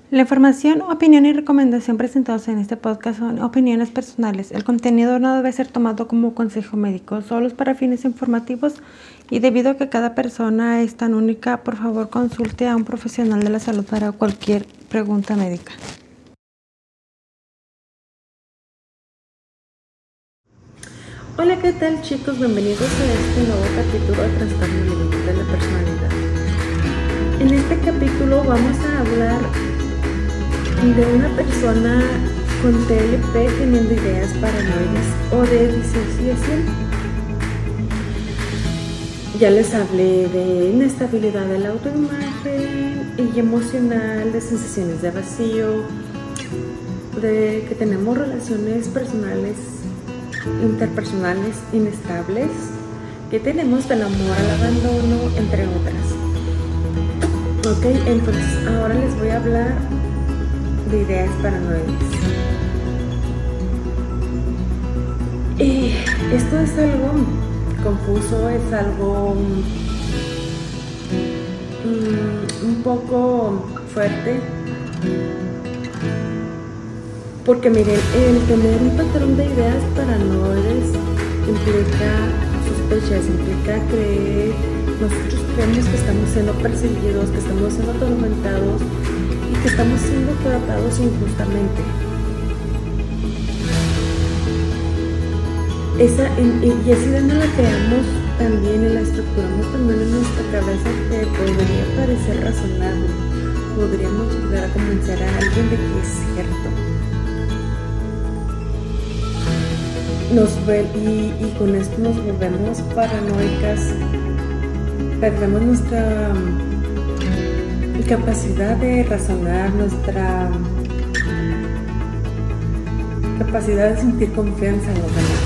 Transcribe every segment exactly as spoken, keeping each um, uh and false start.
La información, opinión y recomendación presentados en este podcast son opiniones personales. El contenido no debe ser tomado como consejo médico, solo es para fines informativos y debido a que cada persona es tan única, por favor consulte a un profesional de la salud para cualquier pregunta médica. Hola, ¿qué tal chicos? Bienvenidos a este nuevo capítulo de Trastorno Límite de la Personalidad. En este capítulo vamos a hablar de una persona con T L P teniendo ideas paranoides o de disociación. Ya les hablé de inestabilidad de la autoimagen y emocional, de sensaciones de vacío, de que tenemos relaciones personales, interpersonales inestables, que tenemos del amor al abandono, entre otras. Ok, entonces ahora les voy a hablar de ideas paranoides. Y esto es algo confuso, es algo um, un poco fuerte, porque miren, el tener un patrón de ideas paranoides implica sospechas, implica creer, nosotros creemos que estamos siendo perseguidos, que estamos siendo atormentados y que estamos siendo tratados injustamente. Esa, y así de no la creamos también y la estructuramos también en nuestra cabeza, que podría parecer razonable, podríamos llegar a convencer a alguien de que es cierto. Nos ve, y, y con esto nos volvemos paranoicas, perdemos nuestra capacidad de razonar, nuestra capacidad de sentir confianza en los demás.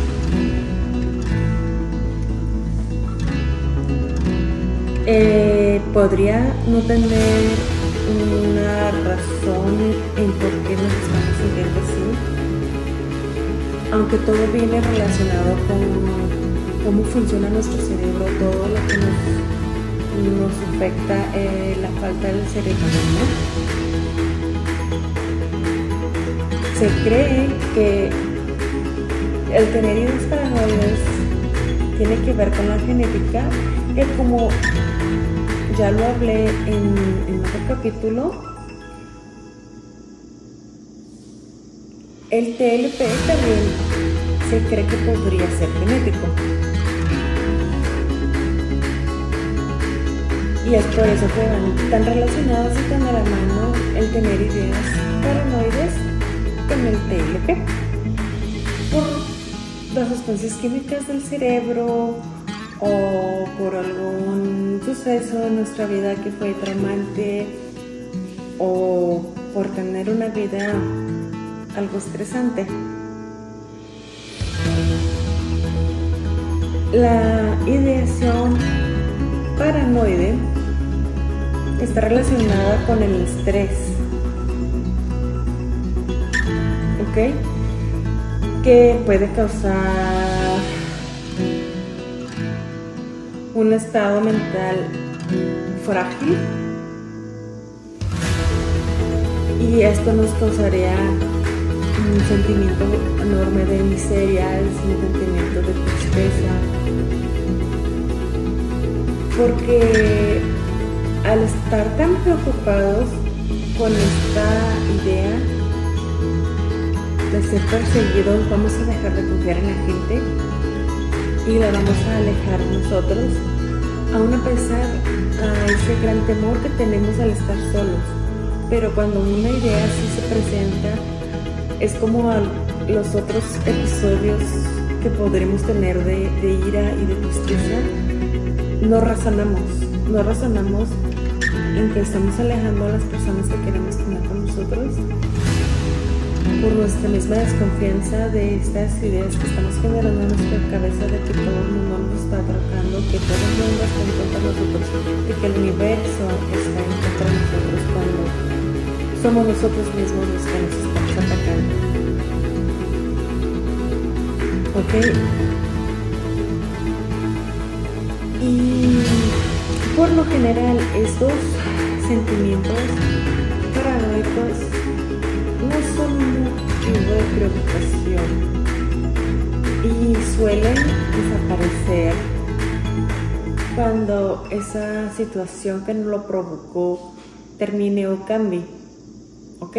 Eh, podría no tener una razón en por qué nos estamos sintiendo así, aunque todo viene relacionado con cómo funciona nuestro cerebro, todo lo que nos nos afecta eh, la falta del cerebro, ¿no? Se cree que el tener ideas paranoides tiene que ver con la genética, que como ya lo hablé en, en otro capítulo, el T L P también se cree que podría ser genético. Y es por eso que van tan relacionados y tan a la mano el tener ideas paranoides con el T L P. Por las sustancias químicas del cerebro o por algún suceso en nuestra vida que fue traumante o por tener una vida algo estresante. La ideación paranoide está relacionada con el estrés, ¿ok? Que puede causar un estado mental frágil y esto nos causaría un sentimiento enorme de miseria, un sentimiento de tristeza, porque al estar tan preocupados con esta idea de ser perseguidos, vamos a dejar de confiar en la gente y la vamos a alejar nosotros, aun a pesar a ese gran temor que tenemos al estar solos. Pero cuando una idea así se presenta, es como a los otros episodios que podremos tener de, de ira y de tristeza, no razonamos, no razonamos en que estamos alejando a las personas que queremos tener con nosotros por nuestra misma desconfianza de estas ideas que estamos generando en nuestra cabeza, de que todo el mundo nos está atacando, que todo el mundo está en contra de nosotros, de que el universo está en contra de nosotros, cuando somos nosotros mismos los que nos estamos atacando. ¿Ok? Y por lo general estos sentimientos paranoicos hábitos no son un motivo de preocupación y suelen desaparecer cuando esa situación que nos lo provocó termine o cambie, ¿ok?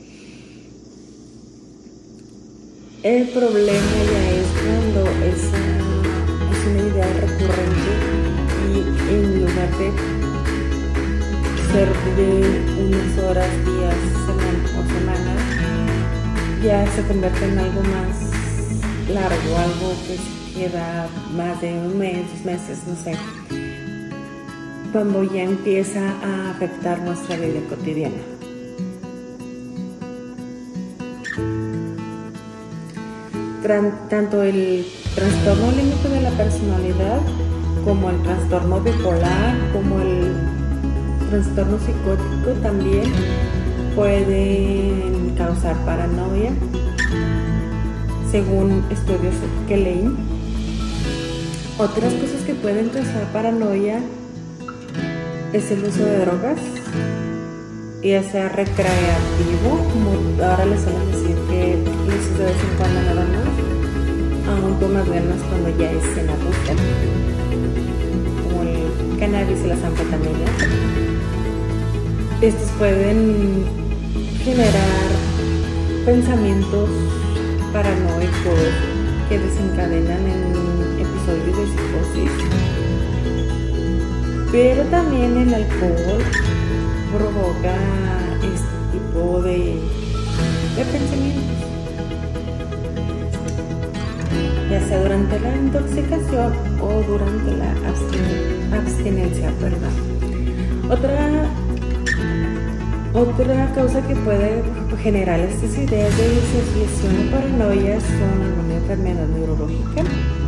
El problema ya es cuando esa es una idea recurrente y en lugar de ser de unas horas, días, semanas o semanas, ya se convierte en algo más largo, algo que se queda más de un mes, dos meses, no sé, cuando ya empieza a afectar nuestra vida cotidiana. Tanto el trastorno límite de la personalidad como el trastorno bipolar, como el trastorno psicótico también pueden causar paranoia, según estudios que leí. Otras cosas que pueden causar paranoia es el uso de drogas, ya sea recreativo, como ahora les suelen decir que lo uso de vez en cuando nada más, aún con más ganas cuando ya es en adulto, como el cannabis y las anfetaminas. Estos pueden generar pensamientos paranoicos que desencadenan en episodios de psicosis. Pero también el alcohol provoca este tipo de, de pensamientos, ya sea durante la intoxicación o durante la abstinen- abstinencia, perdón. Otra, otra causa que puede generar estas ideas de disociación o paranoia son alguna enfermedad neurológica,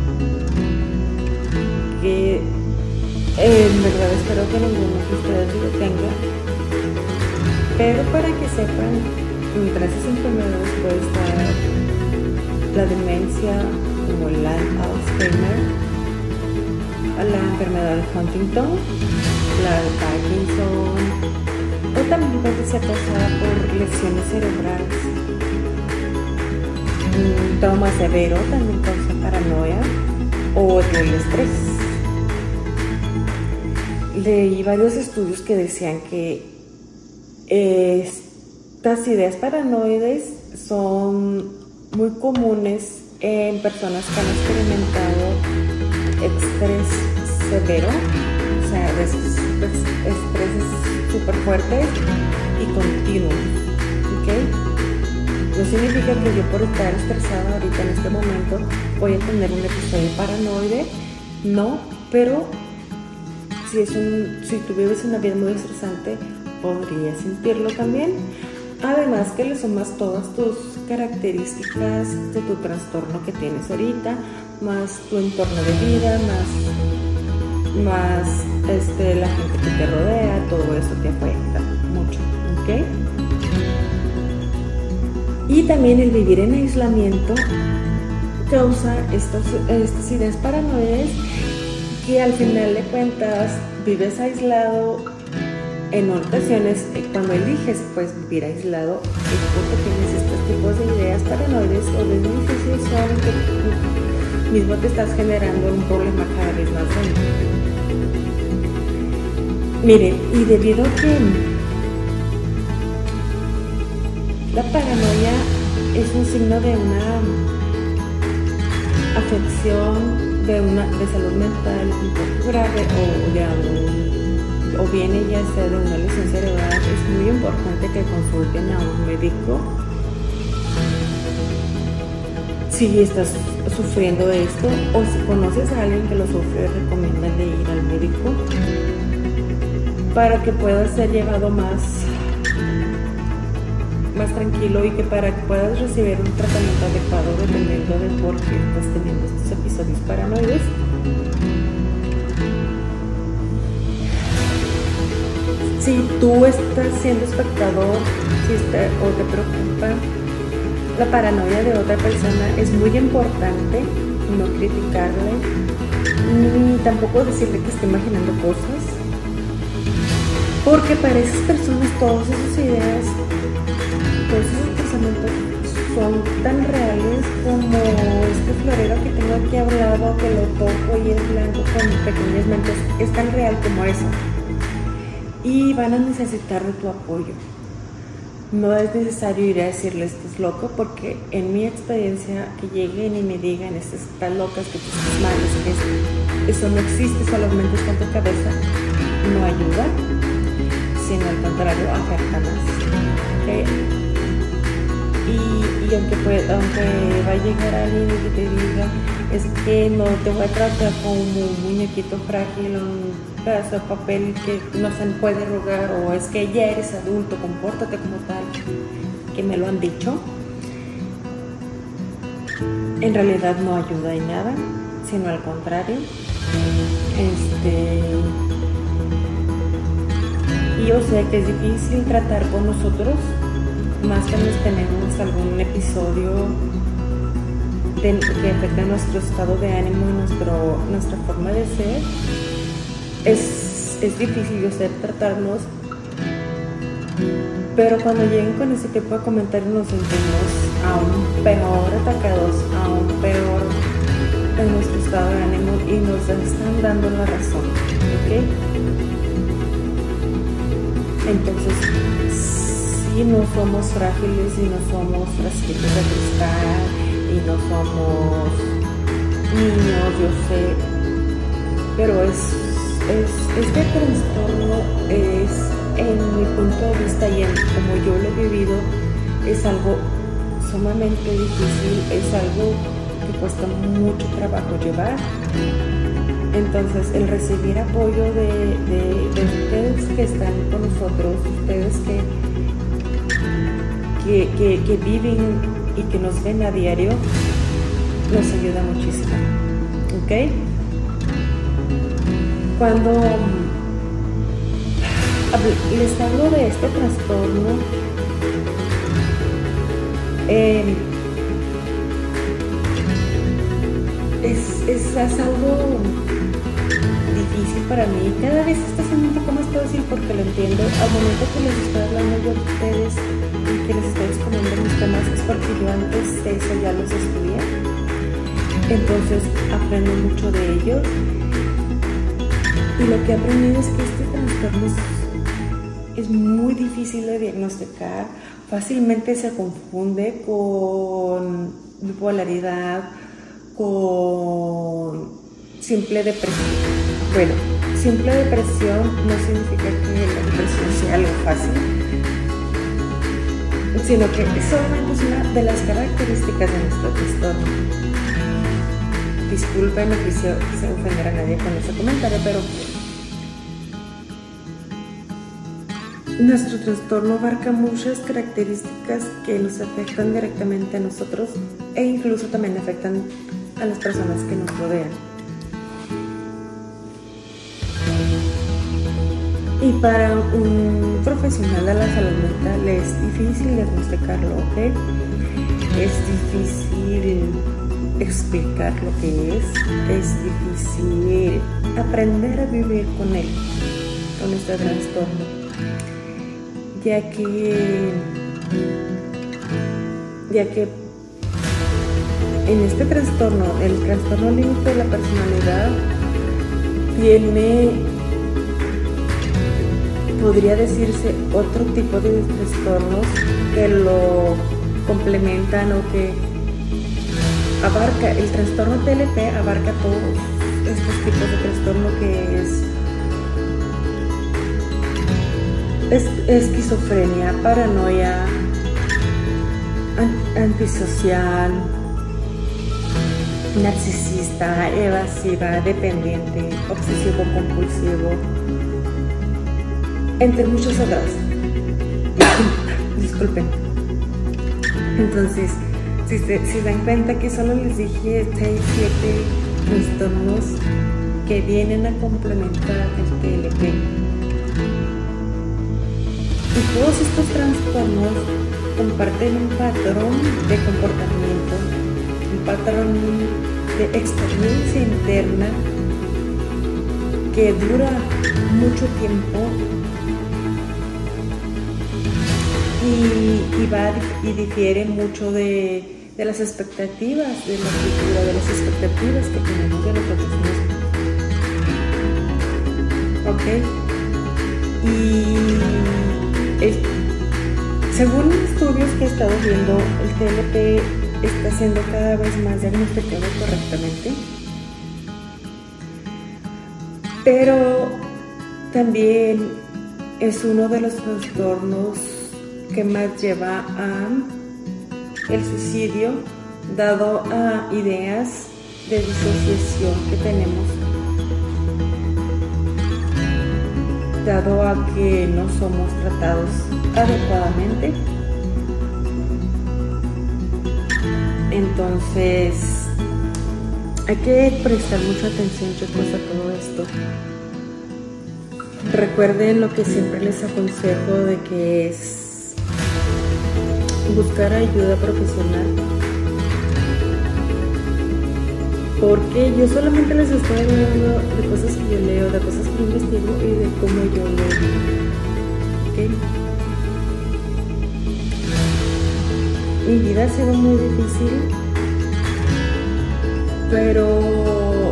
que Eh, en verdad espero que ninguno de ustedes lo tenga, pero para que sepan, entre esas enfermedades puede estar la demencia, como el Alzheimer, la enfermedad de Huntington, la de Parkinson, o también puede ser causada por lesiones cerebrales. Un trauma severo también causa paranoia, o el estrés. Leí varios estudios que decían que eh, estas ideas paranoides son muy comunes en personas que han experimentado estrés severo, o sea, de esos estreses súper fuertes y continuos, ¿ok? No significa que yo por estar estresada ahorita en este momento voy a tener un episodio paranoide, no, pero Si, es un, si tú vives una vida muy estresante, podrías sentirlo también. Además que le sumas todas tus características de tu trastorno que tienes ahorita, más tu entorno de vida, más, más este, la gente que te rodea, todo eso te afecta mucho, ¿ok? Y también el vivir en aislamiento causa estas, estas ideas paranoides, que al final de cuentas vives aislado. En ocasiones, cuando eliges pues vivir aislado, es porque tienes estos tipos de ideas paranoides o de disociación que tú mismo te estás generando un problema cada vez más grande. Miren, y debido a que la paranoia es un signo de una afección de una de salud mental un poco grave o de un, o viene ya sea de una lesión cerebral, es muy importante que consulten a un médico si estás sufriendo esto, o si conoces a alguien que lo sufre, recomiendan de ir al médico para que pueda ser llevado más más tranquilo y que para que puedas recibir un tratamiento adecuado dependiendo de por qué estás teniendo estos episodios paranoides. Si tú estás siendo espectador, si está, o te preocupa la paranoia de otra persona, es muy importante no criticarle ni tampoco decirle que esté imaginando cosas, porque para esas personas todas esas ideas todos esos pensamientos son tan reales como este florero que tengo aquí hablado, que lo toco y es blanco con pequeñas manchas, es tan real como eso. Y van a necesitar de tu apoyo. No es necesario ir a decirles estás loco, porque en mi experiencia que lleguen y me digan estás locas, que tú estás mal, es que eso no existe, solamente está en tu cabeza, no ayuda, sino al contrario, afecta más. ¿Okay? Y, y aunque, puede, aunque va a llegar alguien y que te diga es que no te voy a tratar como un muñequito frágil, un pedazo de papel que no se puede rogar, o es que ya eres adulto, compórtate como tal, que me lo han dicho, en realidad no ayuda en nada, sino al contrario. Este, y yo sé que es difícil tratar con nosotros, más cuando tenemos algún episodio de, que afecta nuestro estado de ánimo y nuestro, nuestra forma de ser. Es, es difícil, yo sé, tratarnos, pero cuando lleguen con ese tipo de comentarios nos sentimos aún peor atacados, aún peor en nuestro estado de ánimo y nos están dando la razón, ¿ok? Entonces, si no somos frágiles y no somos frasquitos de cristal y no somos niños, yo sé, pero es, es este trastorno es, en mi punto de vista y en como yo lo he vivido, es algo sumamente difícil, es algo que cuesta mucho trabajo llevar. Entonces, el recibir apoyo de, de, de ustedes que están con nosotros, ustedes que, que, que, que viven y que nos ven a diario, nos ayuda muchísimo. ¿Ok? Cuando les hablo de este trastorno, eh, es, es, es algo difícil para mí. Cada vez está siendo un poco más fácil porque lo entiendo. Al momento que les estoy hablando yo a ustedes y que les estoy exponiendo mis temas, es porque yo antes de eso ya los estudié. Entonces aprendo mucho de ellos. Y lo que he aprendido es que este trastorno es, es muy difícil de diagnosticar. Fácilmente se confunde con bipolaridad, con simple depresión. Bueno, simple depresión no significa que la depresión sea algo fácil, sino que solamente es una de las características de nuestro trastorno. Disculpen, no quise ofender a nadie con ese comentario, pero nuestro trastorno abarca muchas características que nos afectan directamente a nosotros e incluso también afectan a las personas que nos rodean. Y para un profesional de la salud mental es difícil diagnosticarlo, ¿ok? Es difícil explicar lo que es, es difícil aprender a vivir con él, con este trastorno, ya que, ya que en este trastorno, el trastorno límite de la personalidad tiene, podría decirse, otro tipo de trastornos que lo complementan o que abarca. El trastorno T L P abarca todos estos tipos de trastorno, que es, es esquizofrenia, paranoia, an, antisocial, narcisista, evasiva, dependiente, obsesivo compulsivo, entre muchos otros. Disculpen. Entonces, si se si dan cuenta que solo les dije seis, siete trastornos que vienen a complementar el T L P. Y todos estos trastornos comparten un patrón de comportamiento, un patrón de experiencia interna que dura mucho tiempo y, y va y difiere mucho de, de las expectativas de la cultura, de las expectativas que tenemos de nosotros mismos. ¿Ok? Y es, según estudios que he estado viendo, el T L P está siendo cada vez más diagnosticado correctamente, pero también es uno de los trastornos que más lleva a el suicidio, dado a ideas de disociación que tenemos, dado a que no somos tratados adecuadamente. Entonces hay que prestar mucha atención, chicos, a todo esto. Recuerden lo que siempre les aconsejo, de que es buscar ayuda profesional, porque yo solamente les estoy hablando de cosas que yo leo, de cosas que yo investigo y de cómo yo lo vivo. ¿Okay? Mi vida ha sido muy difícil, pero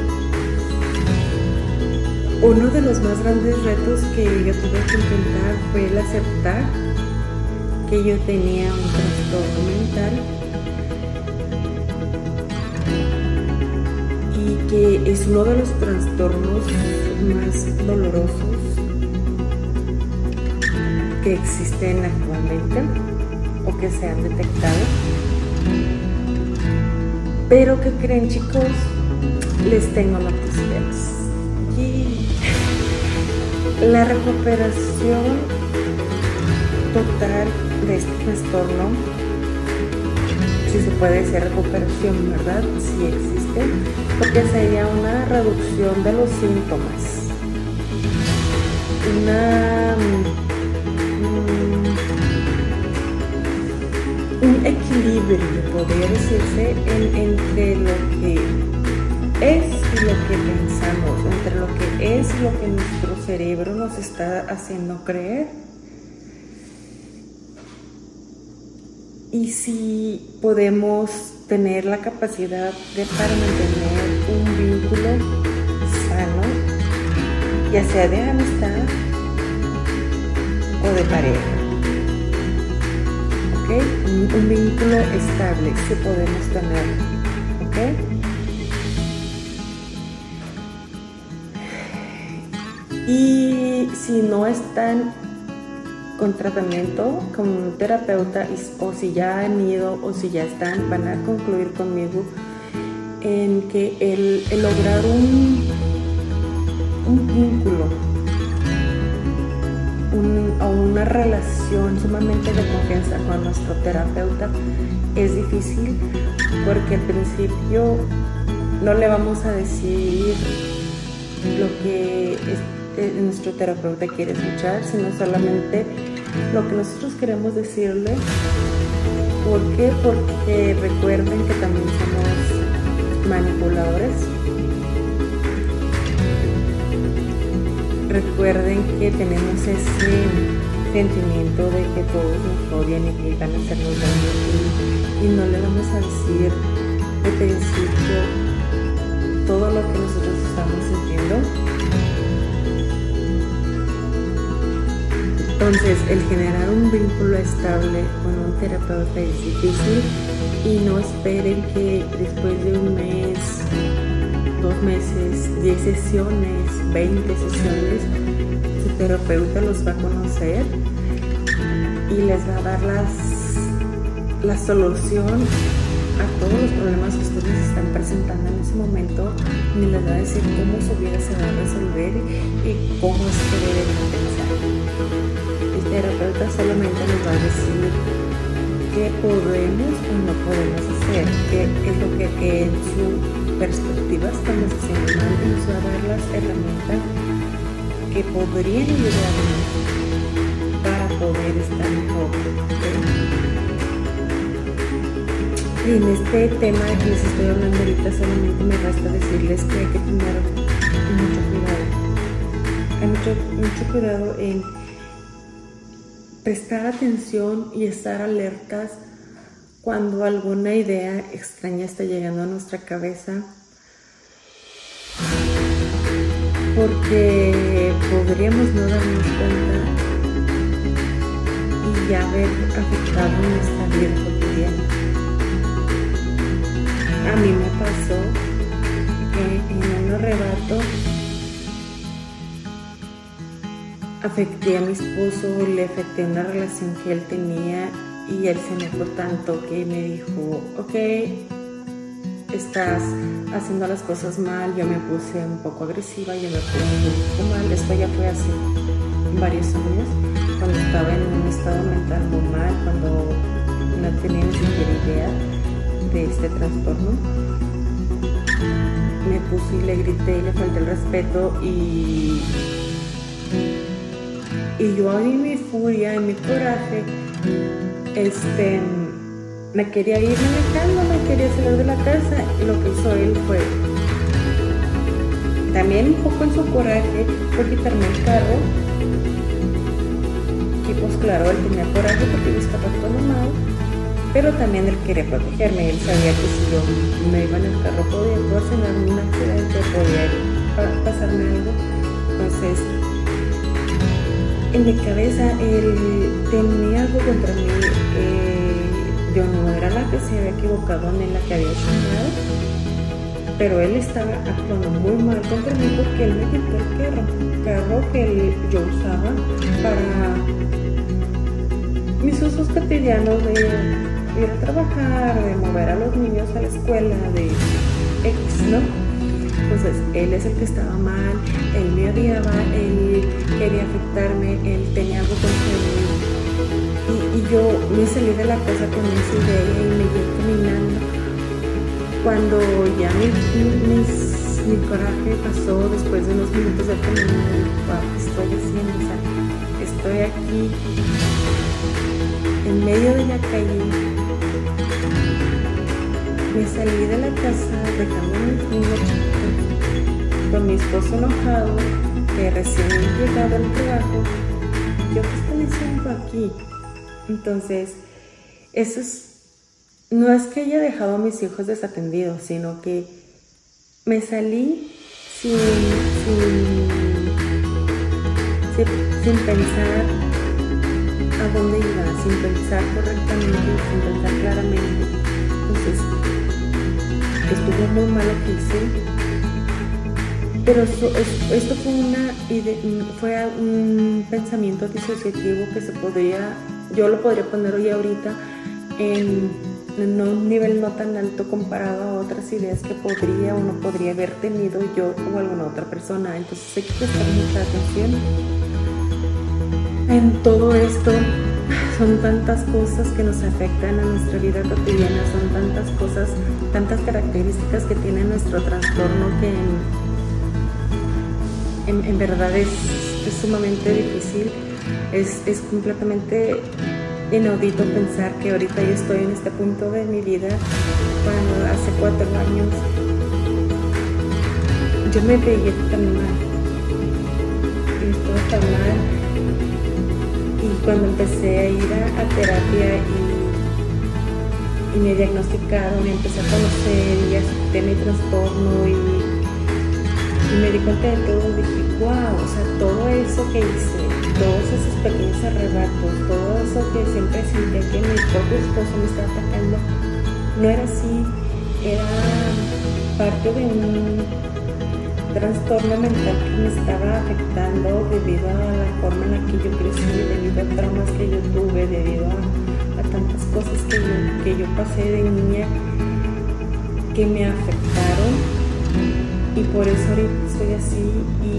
uno de los más grandes retos que yo tuve que enfrentar fue el aceptar que yo tenía un trastorno mental y que es uno de los trastornos más dolorosos que existen actualmente o que se han detectado. Pero ¿qué creen, chicos? Les tengo noticias. Y la recuperación total de este trastorno, si se puede decir recuperación, ¿verdad? Sí existe, porque sería una reducción de los síntomas, una um, un equilibrio, podría decirse, en, entre lo que es y lo que pensamos, entre lo que es y lo que nuestro cerebro nos está haciendo creer. Y si podemos tener la capacidad de para mantener un vínculo sano, ya sea de amistad o de pareja, ¿ok? Un, un vínculo estable, si podemos tenerlo, ¿ok? Y si no están con tratamiento, con un terapeuta, o si ya han ido o si ya están, van a concluir conmigo en que el, el lograr un, un vínculo un, o una relación sumamente de confianza con nuestro terapeuta es difícil, porque al principio no le vamos a decir lo que es, nuestro terapeuta quiere escuchar, sino solamente lo que nosotros queremos decirle. ¿Por qué? Porque recuerden que también somos manipuladores. Recuerden que tenemos ese sentimiento de que todos nos odian y que van a hacernos daño, y, y no le vamos a decir de principio todo lo que nosotros estamos sintiendo. Entonces, el generar un vínculo estable con un terapeuta es difícil, y no esperen que después de un mes, dos meses, diez sesiones, veinte sesiones, su terapeuta los va a conocer y les va a dar las, la solución a todos los problemas que ustedes están presentando en ese momento, ni les va a decir cómo su vida se va a resolver y cómo es que deben pensar. El terapeuta solamente nos va a decir qué podemos o no podemos hacer, qué es lo que en su perspectiva estamos haciendo mal, y nos va a dar las herramientas que podrían ayudarnos para poder estar mejor. Y en este tema que les estoy hablando ahorita, solamente me basta decirles que hay que tener mucho cuidado. Hay mucho, mucho cuidado en prestar atención y estar alertas cuando alguna idea extraña está llegando a nuestra cabeza, porque podríamos no darnos cuenta y ya haber afectado nuestra vida cotidiana. A mí me pasó que en un arrebato afecté a mi esposo, le afecté una relación que él tenía y él se enojó tanto que me dijo, ok, estás haciendo las cosas mal. Yo me puse un poco agresiva, yo me puse un poco mal. Esto ya fue hace varios años, cuando estaba en un estado mental muy mal, cuando no tenía ni siquiera idea de este trastorno. Me puse y le grité y le falté el respeto y, y yo en mi furia, en mi coraje, este, me quería ir manejando, me quería salir de la casa, y lo que hizo él fue, también un poco en su coraje, fue quitarme el carro. Y pues claro, él tenía coraje porque yo estaba actuando mal, pero también él quería protegerme. Él sabía que si yo me iba en el carro podía ocasionar un accidente, podía pasarme algo. Entonces, en mi cabeza él tenía algo contra mí. Eh, yo no era la que se había equivocado ni la que había hecho mal, pero él estaba actuando muy mal contra mí porque él me quitó el carro, carro que él, yo usaba para mis usos cotidianos de ir a trabajar, de mover a los niños a la escuela, de X, ¿no? Entonces, él es el que estaba mal, él me odiaba, él quería afectarme, él tenía algo contra mí. Y, y yo me salí de la casa con esa idea y me llegué caminando. Cuando ya mi, mi, mi coraje pasó, después de unos minutos de caminar, me dije, wow, ¿qué estoy haciendo? O sea, estoy aquí, en medio de la calle. Me salí de la casa, dejando a mis niños chiquitos, con mi esposo enojado, que recién llegado al trabajo. ¿Yo qué estoy haciendo aquí? Entonces, eso es, no es que haya dejado a mis hijos desatendidos, sino que me salí sin, sin, sin, sin pensar a dónde iba, sin pensar correctamente, sin pensar claramente. Entonces, estuvo muy mal lo que hice, pero eso, es, esto fue, una ide- fue un pensamiento disociativo que se podría, yo lo podría poner hoy ahorita en, en un nivel no tan alto comparado a otras ideas que podría o no podría haber tenido yo o alguna otra persona. Entonces hay que prestar mucha atención en todo esto. Son tantas cosas que nos afectan a nuestra vida cotidiana, son tantas cosas, tantas características que tiene nuestro trastorno que en, en, en verdad es, es sumamente difícil. Es, es completamente inaudito pensar que ahorita yo estoy en este punto de mi vida cuando hace cuatro años yo me veía tan mal, y estaba tan mal. Y cuando empecé a ir a, a terapia y, y me diagnosticaron, y empecé a conocer y acepté mi trastorno y, y me di cuenta de todo, dije, wow, o sea, todo eso que hice, todos esos pequeños arrebatos, todo eso que siempre sentía que mi propio esposo me estaba atacando, no era así, era parte de un trastorno mental que me estaba afectando debido a la forma en la que yo crecí, debido a traumas que yo tuve, debido a, a tantas cosas que yo, que yo pasé de niña que me afectaron, y por eso ahorita estoy así. Y,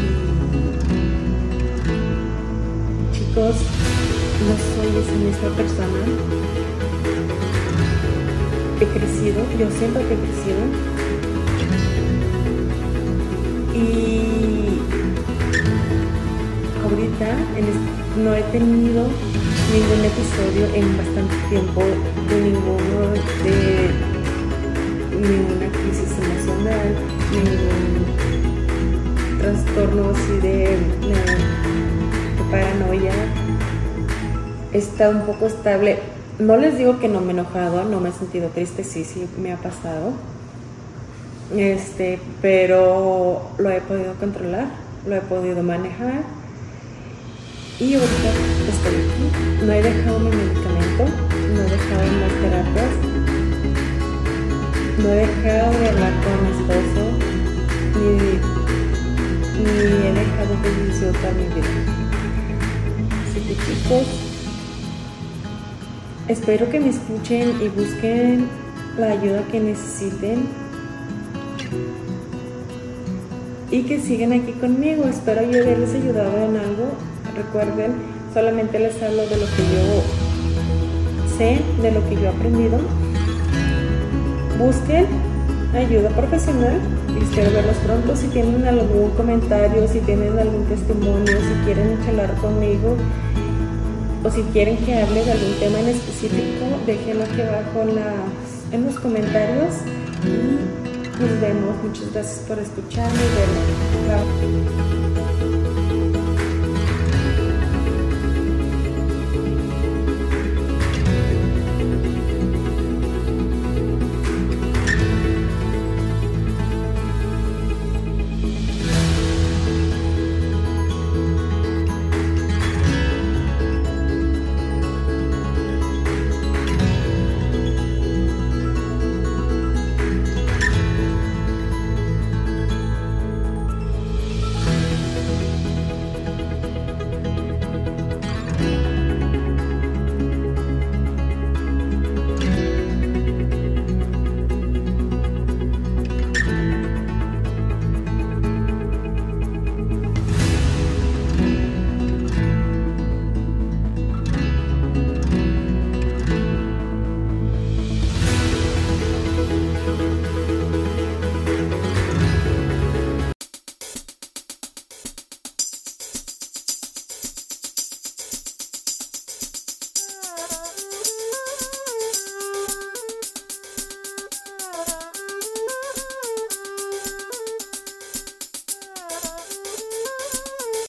y chicos, no soy esa misma persona. He crecido, yo siento que he crecido. Y ahorita en este, no he tenido ningún episodio en bastante tiempo de ninguno de ninguna crisis emocional, ningún trastorno así de, de, de paranoia. he estado un poco estable. No les digo que no me he enojado, no me he sentido triste, sí, sí me ha pasado. Este, pero lo he podido controlar, lo he podido manejar. Y ahorita estoy aquí. No he dejado mi medicamento, no he dejado más terapias, no he dejado de hablar con mi esposo, ni, ni he dejado de disfrutar mi vida. Así que chicos, espero que me escuchen y busquen la ayuda que necesiten y que sigan aquí conmigo. Espero yo haberles ayudado en algo. Recuerden, solamente les hablo de lo que yo sé, de lo que yo he aprendido. Busquen ayuda profesional y espero verlos pronto. Si tienen algún comentario, si tienen algún testimonio, si quieren charlar conmigo o si quieren que hable de algún tema en específico, déjenlo aquí abajo en, las, en los comentarios y nos vemos. Muchas gracias por escucharme y verme. Bye.